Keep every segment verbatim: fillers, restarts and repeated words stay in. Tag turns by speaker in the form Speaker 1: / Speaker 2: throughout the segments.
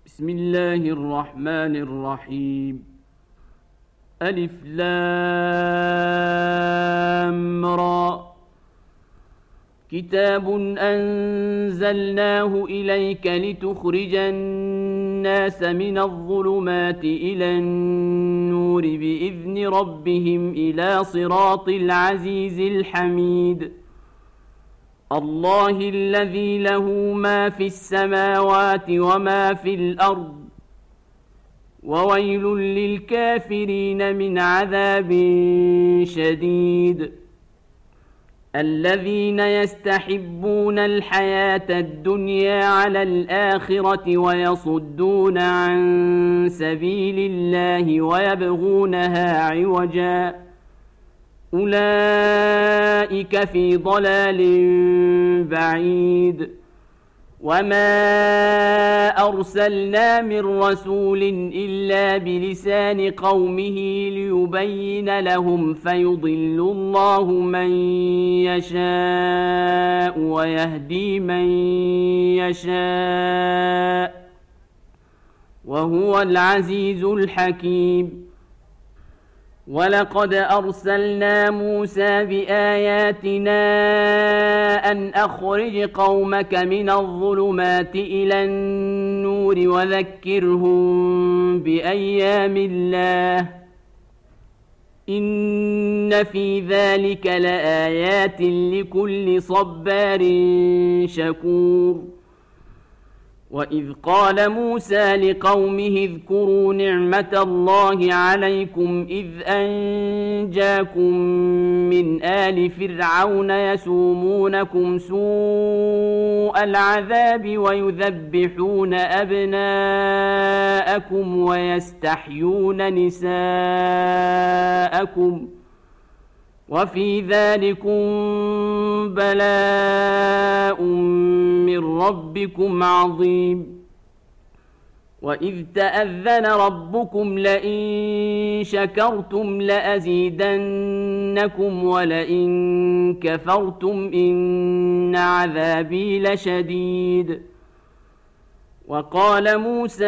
Speaker 1: بسم الله الرحمن الرحيم. ألف لام را. كتاب أنزلناه إليك لتخرج الناس من الظلمات إلى النور بإذن ربهم إلى صراط العزيز الحميد. الله الذي له ما في السماوات وما في الأرض، وويل للكافرين من عذاب شديد. الذين يستحبون الحياة الدنيا على الآخرة ويصدون عن سبيل الله ويبغونها عوجا، أولئك في ضلال بعيد. وما أرسلنا من رسول إلا بلسان قومه ليبين لهم، فيضل الله من يشاء ويهدي من يشاء، وهو العزيز الحكيم. ولقد أرسلنا موسى بآياتنا أن أخرج قومك من الظلمات إلى النور وذكرهم بأيام الله، إن في ذلك لآيات لكل صبار شكور. وإذ قال موسى لقومه اذكروا نعمة الله عليكم إذ أنجاكم من آل فرعون يسومونكم سوء العذاب ويذبحون أبناءكم ويستحيون نساءكم، وفي ذلكم بلاء من ربكم عظيم. وإذ تأذن ربكم لئن شكرتم لأزيدنكم ولئن كفرتم إن عذابي لشديد. وقال موسى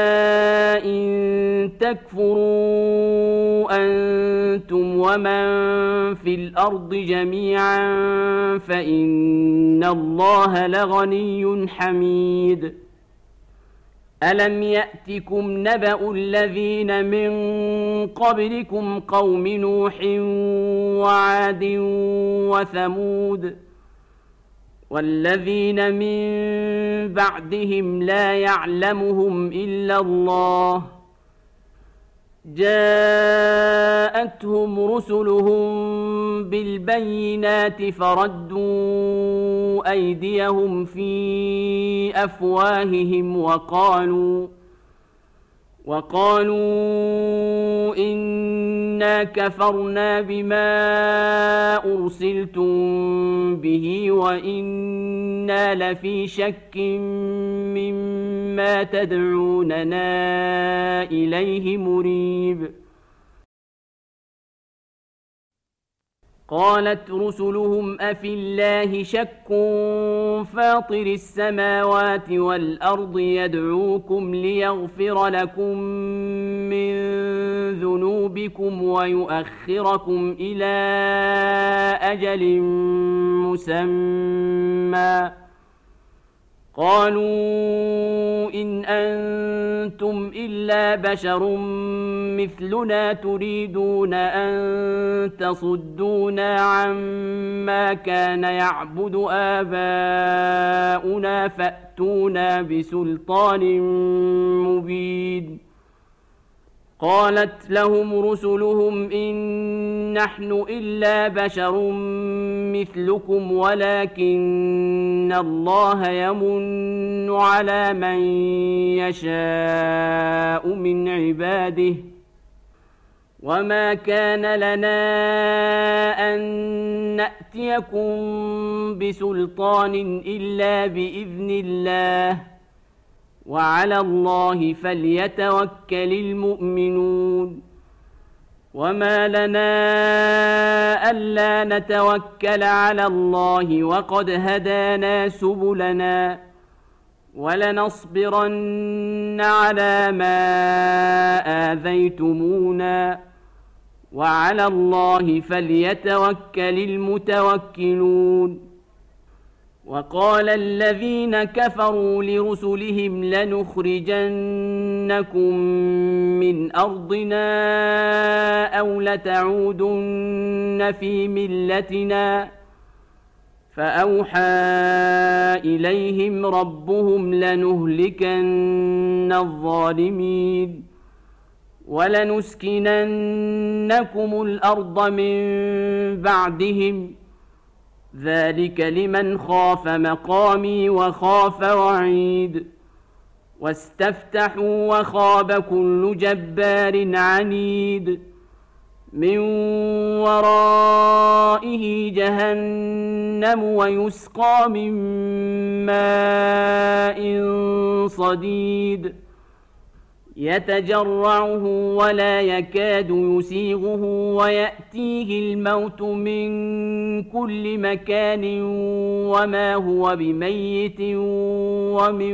Speaker 1: إن تكفروا أنتم ومن في الأرض جميعا فإن الله لغني حميد. ألم يأتكم نبأ الذين من قبلكم قوم نوح وعاد وثمود والذين من بعدهم لا يعلمهم إلا الله، جاءتهم رسلهم بالبينات فردوا أيديهم في أفواههم وقالوا وقالوا إنا كفرنا بما أرسلتم به وإنا لفي شك مما تدعوننا إليه مريب. قالت رسلهم أفي الله شك فاطر السماوات والأرض يدعوكم ليغفر لكم من ذنوبكم ويؤخركم إلى أجل مسمى، قالوا إن أنتم إلا بشر مثلنا تريدون أن تصدونا عما كان يعبد آباؤنا فأتونا بسلطان مبين. قالت لهم رسلهم إن نحن إلا بشر مثلكم ولكن الله يمن على من يشاء من عباده، وما كان لنا أن نأتيكم بسلطان إلا بإذن الله، وعلى الله فليتوكل المؤمنون. وما لنا ألا نتوكل على الله وقد هدانا سبلنا ولنصبرن على ما آذيتمونا وعلى الله فليتوكل المتوكلون. وقال الذين كفروا لرسلهم لنخرجنكم من أرضنا أو لتعودن في ملتنا فأوحى إليهم ربهم لنهلكن الظالمين ولنسكننكم الأرض من بعدهم ذلك لمن خاف مقامي وخاف وعيد. واستفتحوا وخاب كل جبار عنيد من ورائه جهنم ويسقى من ماء صديد يتجرعه ولا يكاد يسيغه ويأتيه الموت من كل مكان وما هو بميت ومن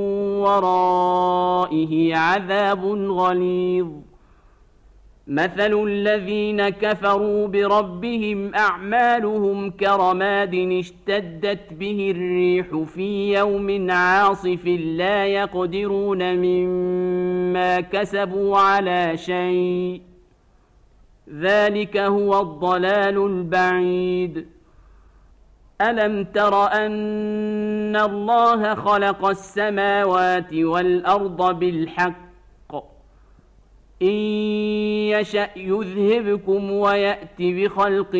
Speaker 1: ورائه عذاب غليظ. مثل الذين كفروا بربهم أعمالهم كرماد اشتدت به الريح في يوم عاصف لا يقدرون مما كسبوا على شيء ذلك هو الضلال البعيد. ألم تر أن الله خلق السماوات والأرض بالحق إن يشأ يذهبكم ويأت بخلق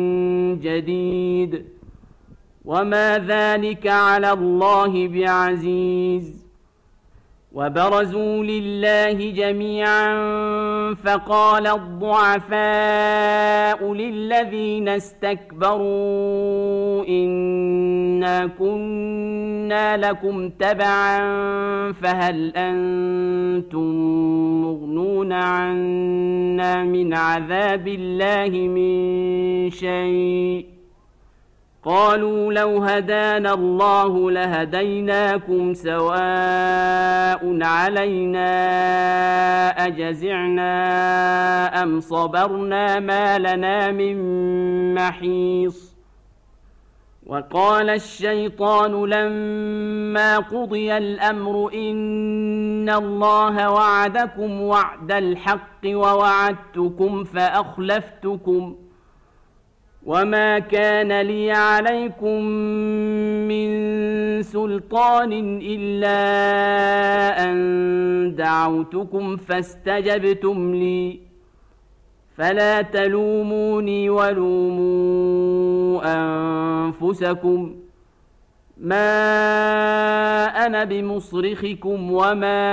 Speaker 1: جديد وما ذلك على الله بعزيز. وبرزوا لله جميعا فقال الضعفاء للذين استكبروا إنا كنا لكم تبعا فهل أنتم مغنون عنا من عذاب الله من شيء قالوا لو هدانا الله لهديناكم سواء علينا أجزعنا أم صبرنا ما لنا من محيص. وقال الشيطان لما قضي الأمر إن الله وعدكم وعد الحق ووعدتكم فأخلفتكم وما كان لي عليكم من سلطان إلا أن دعوتكم فاستجبتم لي فلا تلوموني ولوموا أنفسكم ما أنا بمصرخكم وما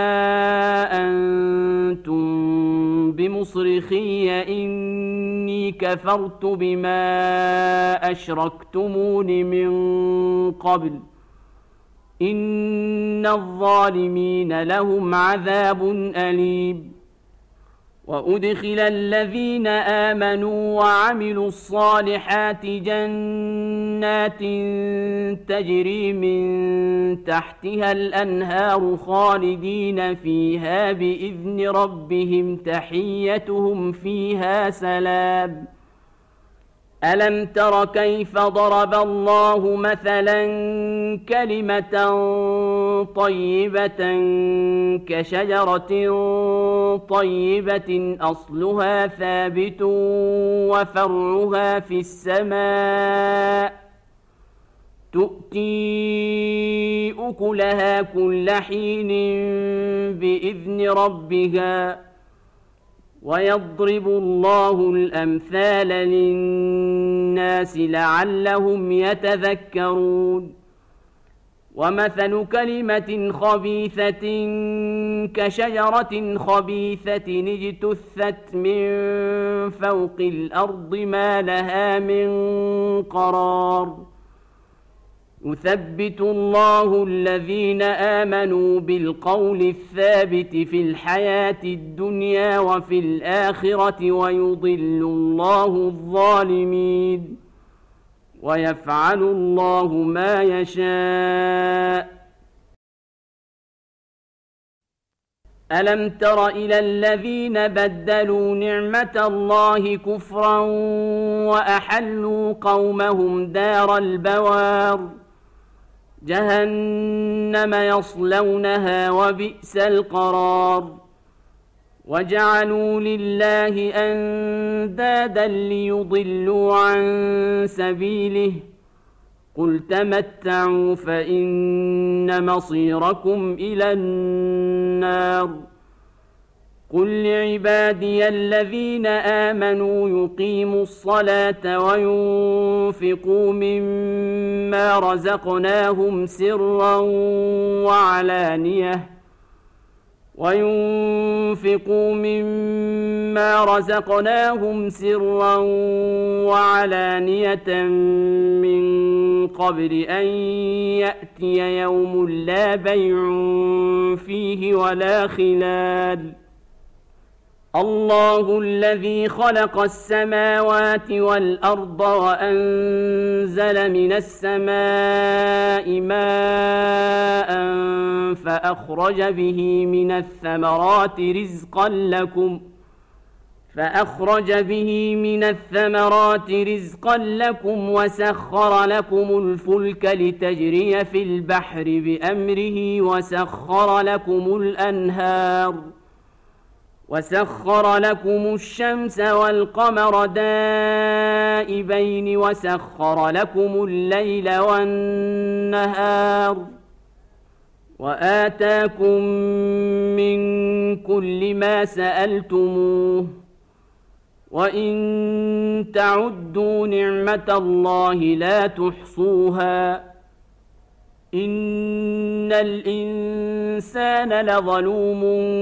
Speaker 1: أنتم بمصرخي إني كفرت بما أشركتمون من قبل إن الظالمين لهم عذاب أليم. وأدخل الذين آمنوا وعملوا الصالحات جنات تجري من تحتها الأنهار خالدين فيها بإذن ربهم تحيتهم فيها سلام. ألم تر كيف ضرب الله مثلا كلمة طيبة كشجرة طيبة أصلها ثابت وفرعها في السماء تؤتي أكلها كل حين بإذن ربها ويضرب الله الأمثال للناس لعلهم يتذكرون. ومثل كلمة خبيثة كشجرة خبيثة اجتثت من فوق الأرض ما لها من قرار. يثبت الله الذين آمنوا بالقول الثابت في الحياة الدنيا وفي الآخرة ويضل الله الظالمين ويفعل الله ما يشاء. ألم تر إلى الذين بدلوا نعمة الله كفرا وأحلوا قومهم دار البوار جهنم يصلونها وبئس القرار وجعلوا لله أندادا ليضلوا عن سبيله قل تمتعوا فإن مصيركم إلى النار قل لعبادي الذين آمنوا يقيموا الصلاة وينفقوا مما رزقناهم سرا وعلانية وينفقوا مما رزقناهم سرا وعلانية من قبل أن يأتي يوم لا بيع فيه ولا خلال الله الذي خلق السماوات والأرض وأنزل من السماء ماء فأخرج به من الثمرات رزقا لكم فأخرج به من الثمرات رزقا لكم وسخر لكم الفلك لتجري في البحر بأمره وسخر لكم الأنهار وسخر لكم الشمس والقمر دائبين وسخر لكم الليل والنهار وآتاكم من كل ما سألتموه وإن تعدوا نعمة الله لا تحصوها إن الإنسان لظلوم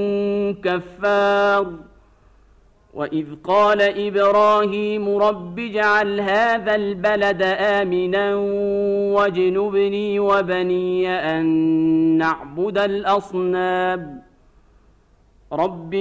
Speaker 1: كفار وإذ قال إبراهيم رب اجعل هذا البلد آمنا واجنبني وبني أن نعبد الأصنام رب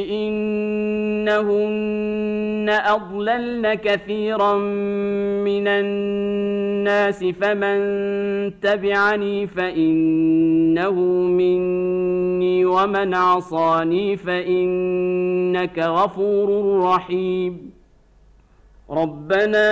Speaker 1: إنهن أضللن كثيرا من الناس فمن تبعني فإنه مني ومن عصاني فإنك غفور رحيم ربنا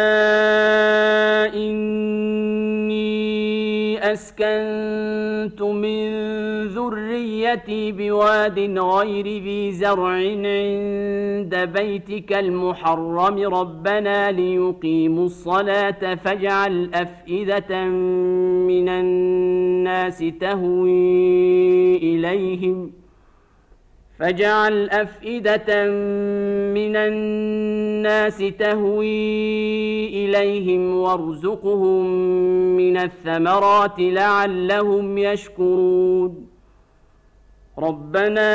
Speaker 1: إني أسكنت من ذريتي بواد غير ذي زرع عند بيتك المحرم ربنا ليقيموا الصلاة فاجعل أفئدة من الناس تهوي إليهم فاجعل أفئدة من الناس تهوي إليهم وارزقهم من الثمرات لعلهم يشكرون ربنا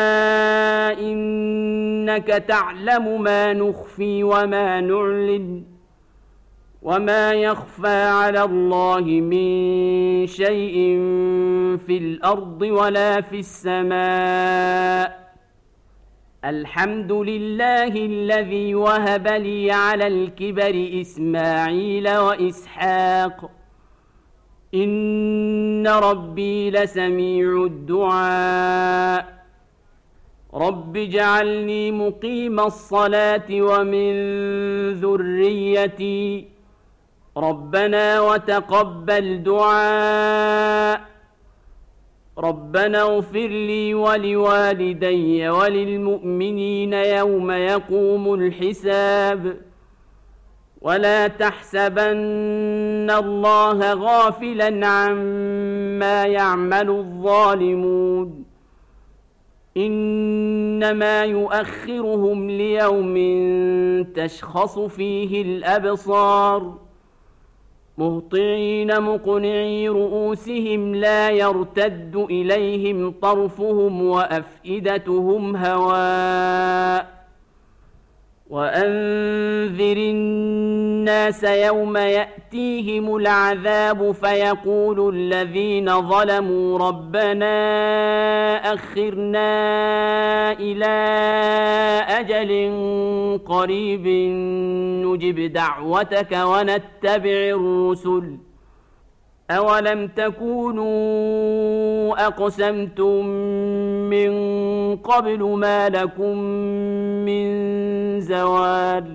Speaker 1: إنك تعلم ما نخفي وما نعلن وما يخفى على الله من شيء في الأرض ولا في السماء الحمد لله الذي وهب لي على الكبر إسماعيل وإسحاق إن ربي لسميع الدعاء رب اجعلني مقيم الصلاة ومن ذريتي ربنا وتقبل دعاء ربنا اغفر لي ولوالدي وللمؤمنين يوم يقوم الحساب ولا تحسبن الله غافلا عما يعمل الظالمون إنما يؤخرهم ليوم تشخص فيه الأبصار مهطعين مقنعي رؤوسهم لا يرتد إليهم طرفهم وأفئدتهم هواء وأنذر الناس يوم يأتيهم العذاب فيقول الذين ظلموا ربنا أخرنا إلى أجل قريب نجب دعوتك ونتبع الرسل أولم تكونوا أقسمتم من قبل ما لكم من زوال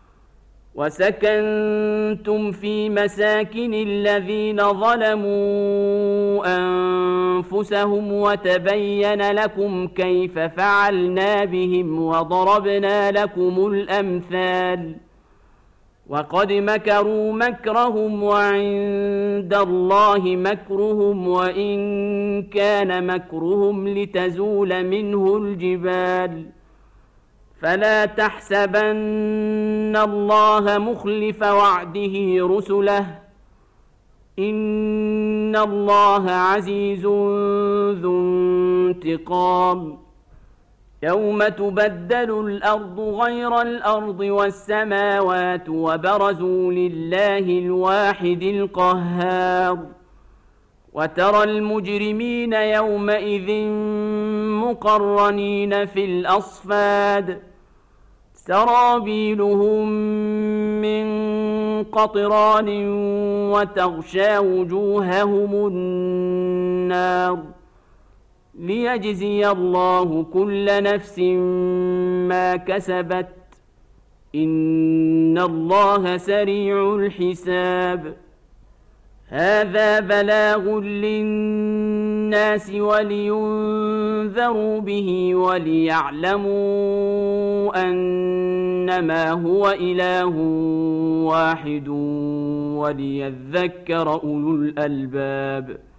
Speaker 1: وسكنتم في مساكن الذين ظلموا أنفسهم وتبين لكم كيف فعلنا بهم وضربنا لكم الأمثال وقد مكروا مكرهم وعند الله مكرهم وإن كان مكرهم لتزول منه الجبال فلا تحسبن الله مخلف وعده رسله إن الله عزيز ذو انتقام يوم تبدل الأرض غير الأرض والسماوات وبرزوا لله الواحد القهار وترى المجرمين يومئذ مقرنين في الأصفاد سرابيلهم من قطران وتغشى وجوههم النار ليجزي الله كل نفس ما كسبت إن الله سريع الحساب هذا بلاغ للناس ولينذروا به وليعلموا أنما هو إله واحد وليذكر أولو الألباب